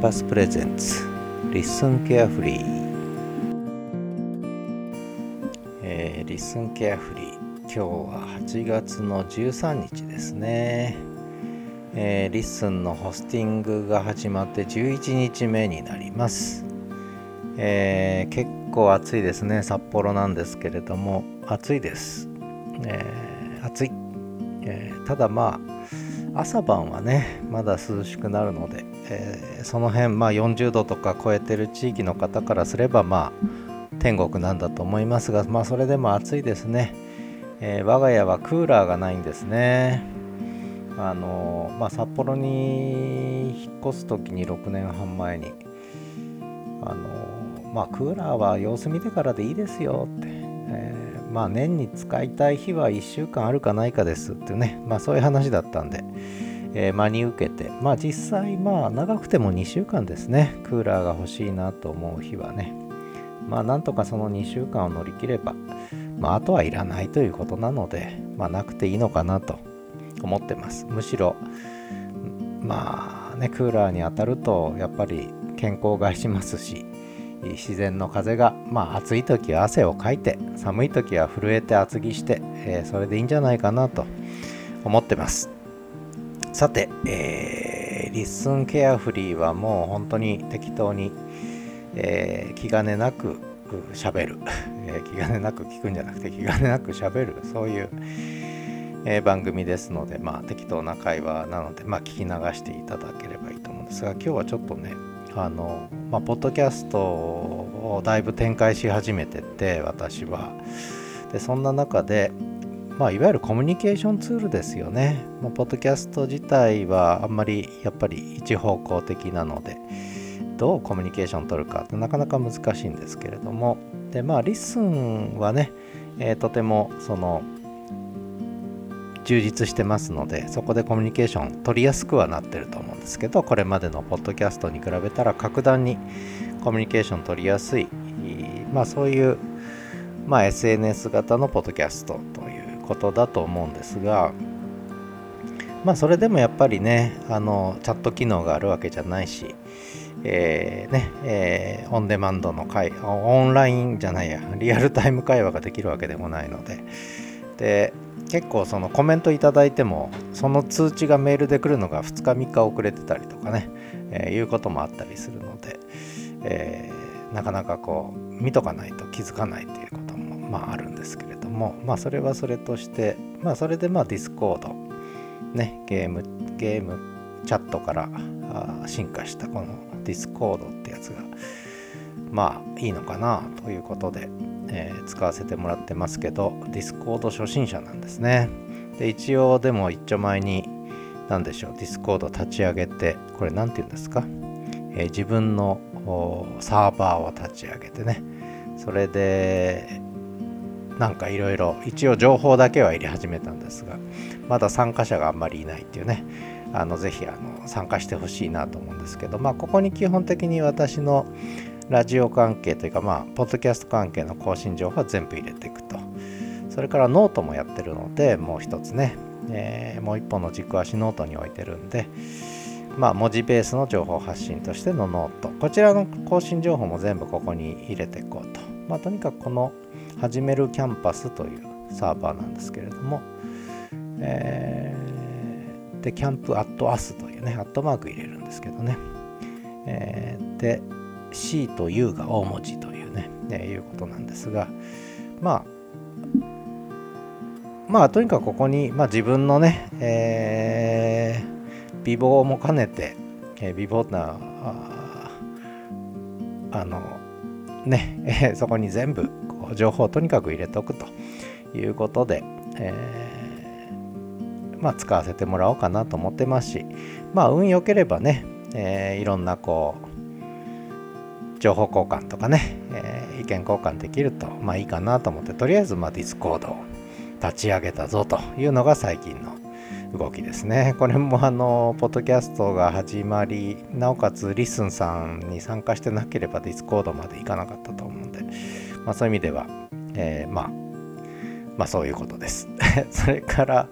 パスプレゼンツリッスンケアフリー、リッスンケアフリー、今日は8月の13日ですね。リッスンのホスティングが始まって11日目になります。結構暑いですね。札幌なんですけれども暑いです。暑い、ただ朝晩はねまだ涼しくなるので、その辺40度とか超えてる地域の方からすれば天国なんだと思いますが、それでも暑いですね。我が家はクーラーがないんですね。札幌に引っ越す時に6年半前にクーラーは様子見てからでいいですよって、年に使いたい日は1週間あるかないかですってね、そういう話だったんで、真に受けて実際長くても2週間ですね。クーラーが欲しいなと思う日はね、なんとかその2週間を乗り切れば、あとはいらないということなので、なくていいのかなと思ってます。むしろクーラーに当たるとやっぱり健康を害しますし、自然の風が、暑い時は汗をかいて、寒い時は震えて厚着して、それでいいんじゃないかなと思ってます。さて、リッスンケアフリーはもう本当に適当に、気兼ねなく喋る、気兼ねなく聞くんじゃなくて気兼ねなく喋る、そういう、番組ですので、適当な会話なので、聞き流していただければいいと思うんですが、今日はちょっとねポッドキャストをだいぶ展開し始めてて、私はでそんな中でいわゆるコミュニケーションツールですよね。ポッドキャスト自体はあんまりやっぱり一方向的なので、どうコミュニケーション取るかってなかなか難しいんですけれども、でリッスンはね、とてもその充実してますので、そこでコミュニケーション取りやすくはなってると思うんですけど、これまでのポッドキャストに比べたら格段にコミュニケーション取りやすい、そういう、SNS 型のポッドキャストということだと思うんですが、それでもやっぱりね、チャット機能があるわけじゃないし、オンデマンドのオンラインじゃないやリアルタイム会話ができるわけでもないので、結構そのコメントいただいてもその通知がメールで来るのが2日3日遅れてたりとかね、いうこともあったりするので、なかなか見とかないと気づかないということもあるんですけれども、それはそれとして、それでディスコードね、ゲームチャットから進化したこのディスコードってやつがいいのかなということで、使わせてもらってますけど、ディスコード初心者なんですね。で一応でも一丁前にディスコード立ち上げて、これなんて言うんですか、自分のサーバーを立ち上げてね、それでいろいろ一応情報だけは入れ始めたんですが、まだ参加者があんまりいないっていうね、ぜひ参加してほしいなと思うんですけど、ここに基本的に私のラジオ関係というかポッドキャスト関係の更新情報は全部入れていくと。それからノートもやってるので、もう一つね、もう一本の軸足ノートに置いてるんで、文字ベースの情報発信としてのノート、こちらの更新情報も全部ここに入れていこうと。とにかくこの始めるキャンパスというサーバーなんですけれども、でキャンプアットアスというねアットマーク入れるんですけどね、で C と U が大文字というね、いうことなんですが、とにかくここに、自分のね、美貌も兼ねて、美貌なそこに全部情報をとにかく入れておくということで、使わせてもらおうかなと思ってますし、運良ければね、いろんな情報交換とかね、意見交換できるといいかなと思って、とりあえずディスコードを立ち上げたぞというのが最近の動きですね。これもポッドキャストが始まり、なおかつリッスンさんに参加してなければディスコードまでいかなかったと思うんで、そういう意味では、そういうことですそれから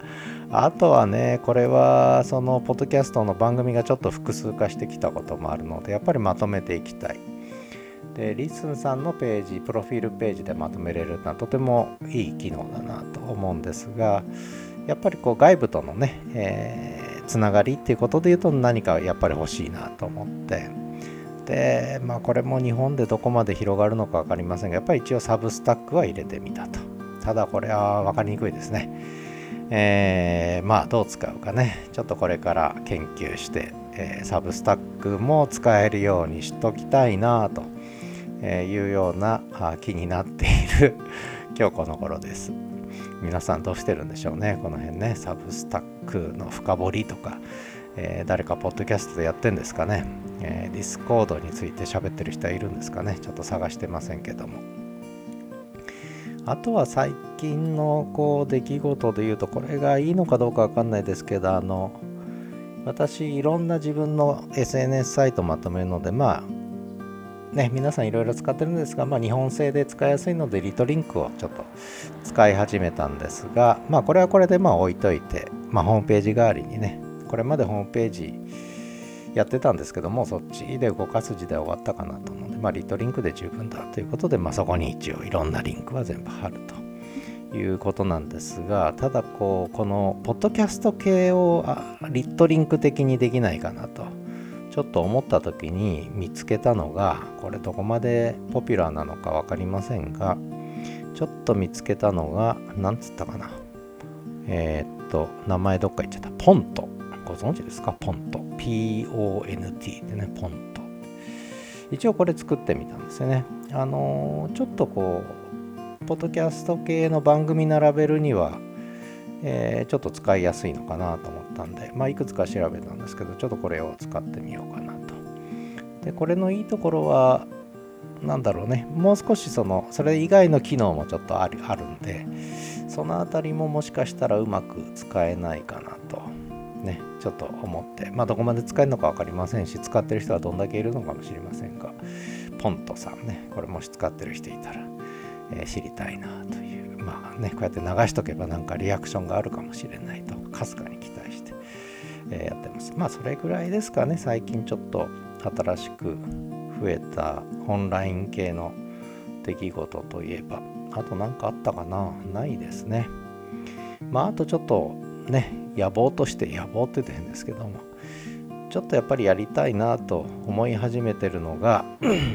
あとはね、これはそのポッドキャストの番組がちょっと複数化してきたこともあるので、やっぱりまとめていきたい。で、リッスンさんのページ、プロフィールページでまとめれるのはとてもいい機能だなと思うんですが、やっぱりこう外部とのね、つながりっていうことで言うと何かやっぱり欲しいなと思って、で、まあこれも日本でどこまで広がるのか分かりませんが、やっぱり一応サブスタックは入れてみたと。ただこれは分かりにくいですね。まあどう使うかね、ちょっとこれから研究して、サブスタックも使えるようにしときたいなというような気になっている今日この頃です。皆さんどうしてるんでしょうね、この辺ね。サブスタックの深掘りとか、誰かポッドキャストでやってんですかね。ディスコードについて喋ってる人はいるんですかね。ちょっと探してませんけども。あとは最近のこう出来事で言うと、これがいいのかどうかわかんないですけど、私いろんな自分の SNS サイトまとめるので、まあね、皆さんいろいろ使ってるんですが、まあ、日本製で使いやすいのでリトリンクをちょっと使い始めたんですが、まあこれはこれでまあ置いといて、まあホームページ代わりにね、これまでホームページやってたんですけども、そっちで動かす時代終わったかなと思うので、まあリトリンクで十分だということで、まあそこに一応いろんなリンクは全部貼るということなんですが、ただこのポッドキャスト系をリトリンク的にできないかなとちょっと思った時に見つけたのが、これどこまでポピュラーなのか分かりませんが、ちょっと見つけたのが、なんつったかな。名前どっか行っちゃった。ポント。ご存知ですか？ポント。P-O-N-T ってね、ポント。一応これ作ってみたんですよね。ちょっとこう、ポッドキャスト系の番組並べるには、ちょっと使いやすいのかなと思ったんで、まあいくつか調べたんですけど、ちょっとこれを使ってみようかなと。で、これのいいところはなんだろうね、もう少しそれ以外の機能もちょっとあるんで、そのあたりももしかしたらうまく使えないかなとね、ちょっと思って、まあどこまで使えるのか分かりませんし、使ってる人はどんだけいるのかもしれませんが、ポントさんね、これもし使ってる人いたら、知りたいなという。まあね、こうやって流しとけばなんかリアクションがあるかもしれないとかすかに期待して、やってます。まあそれぐらいですかね。最近ちょっと新しく増えたオンライン系の出来事といえば、あと何かあったかな？ないですね。まああとちょっとね、野望として言って変ですけども、ちょっとやっぱりやりたいなと思い始めてるのが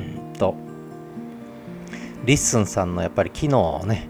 リッスンさんのやっぱり機能をね、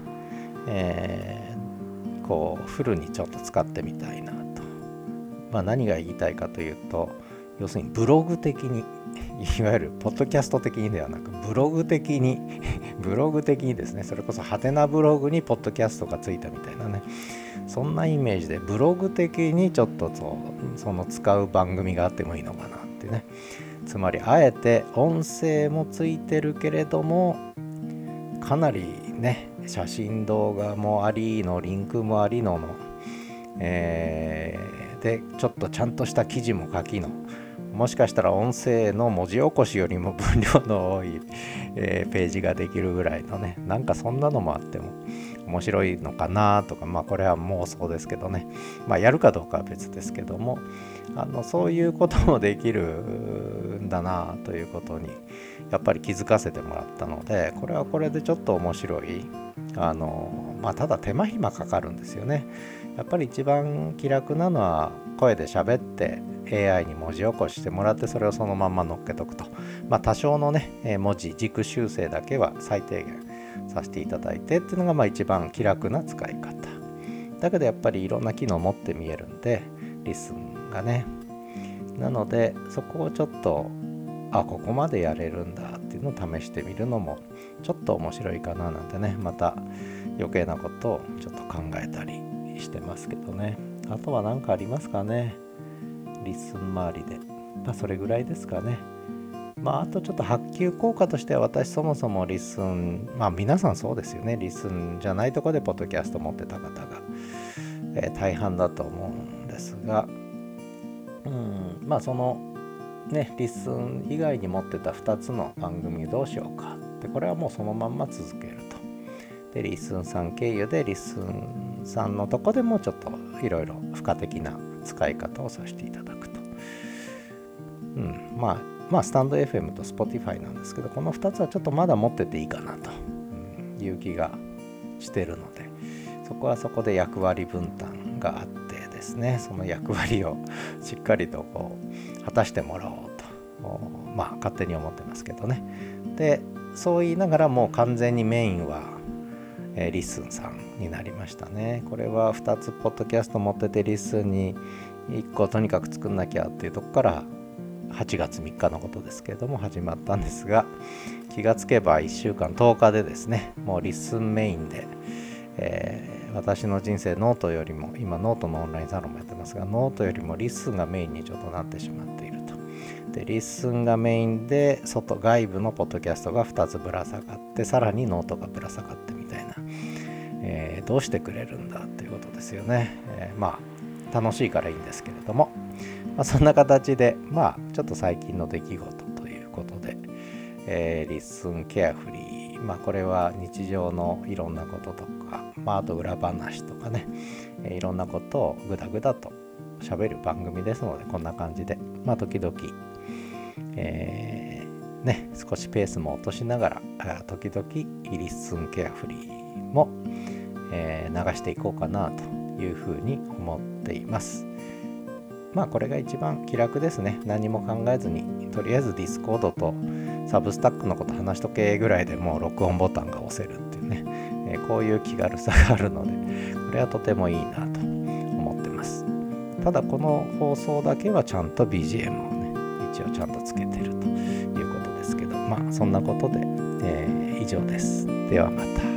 こうフルにちょっと使ってみたいなと。まあ何が言いたいかというと、要するにブログ的にいわゆるポッドキャスト的にではなくブログ的にですね、それこそハテナブログにポッドキャストがついたみたいなね、そんなイメージでブログ的にちょっとその使う番組があってもいいのかなってね。つまりあえて音声もついてるけれども、かなりね、写真動画もありのリンクもありのでちょっとちゃんとした記事も書きの、もしかしたら音声の文字起こしよりも分量の多い、ページができるぐらいのね、なんかそんなのもあっても面白いのかなとか、まあこれはもうそうですけどね、まあやるかどうかは別ですけども、そういうこともできるんだなということにやっぱり気づかせてもらったので、これはこれでちょっと面白い。まあただ手間暇かかるんですよね。やっぱり一番気楽なのは声で喋って AI に文字起こししてもらって、それをそのまま乗っけとくと。まあ多少のね、文字軸修正だけは最低限させていただいてっていうのがまあ一番気楽な使い方。だけどやっぱりいろんな機能を持って見えるんで、リスンがね。なのでそこをちょっとここまでやれるんだっていうのを試してみるのもちょっと面白いかななんてね、また余計なことをちょっと考えたりしてますけどね。あとは何かありますかね、リスン周りで。まあそれぐらいですかね。まああとちょっと波及効果としては、私そもそもリスン、まあ皆さんそうですよね、リスンじゃないとこでポッドキャスト持ってた方が、大半だと思うんですが、まあそのね、リスン以外に持ってた2つの番組どうしようかって、これはもうそのまんま続けると。でリスンさん経由でリスンさんのとこでもちょっといろいろ付加的な使い方をさせていただくと。まあスタンド FM と Spotify なんですけど、この2つはちょっとまだ持ってていいかなという気がしてるので、そこはそこで役割分担があってですね、その役割をしっかりと果たしてもらおうと勝手に思ってますけどね。でそう言いながらもう完全にメインは、リッスンさんになりましたね。これは2つポッドキャスト持っててリッスンに1個とにかく作んなきゃっていうとこから8月3日のことですけれども始まったんですが、気がつけば1週間10日でですね、もうリッスンメインで、私の人生ノートよりも、今ノートのオンラインサロンもやってますが、ノートよりもリッスンがメインにちょっとなってしまっていると。でリッスンがメインで外部のポッドキャストが2つぶら下がって、さらにノートがぶら下がってみたいな、どうしてくれるんだっていうことですよね。楽しいからいいんですけれども、そんな形でちょっと最近の出来事ということで、リッスンケアフリー、これは日常のいろんなこととか、あと裏話とかね、いろんなことをぐだぐだと喋る番組ですので、こんな感じで時々、少しペースも落としながら時々リッスンケアフリーも、流していこうかなというふうに思っています。これが一番気楽ですね。何も考えずに、とりあえずディスコードとサブスタックのこと話しとけぐらいでもう録音ボタンが押せるっていうね、こういう気軽さがあるので、これはとてもいいなと思ってます。ただこの放送だけはちゃんと BGM をね、一応ちゃんとつけてるということですけど、そんなことで、以上です。ではまた。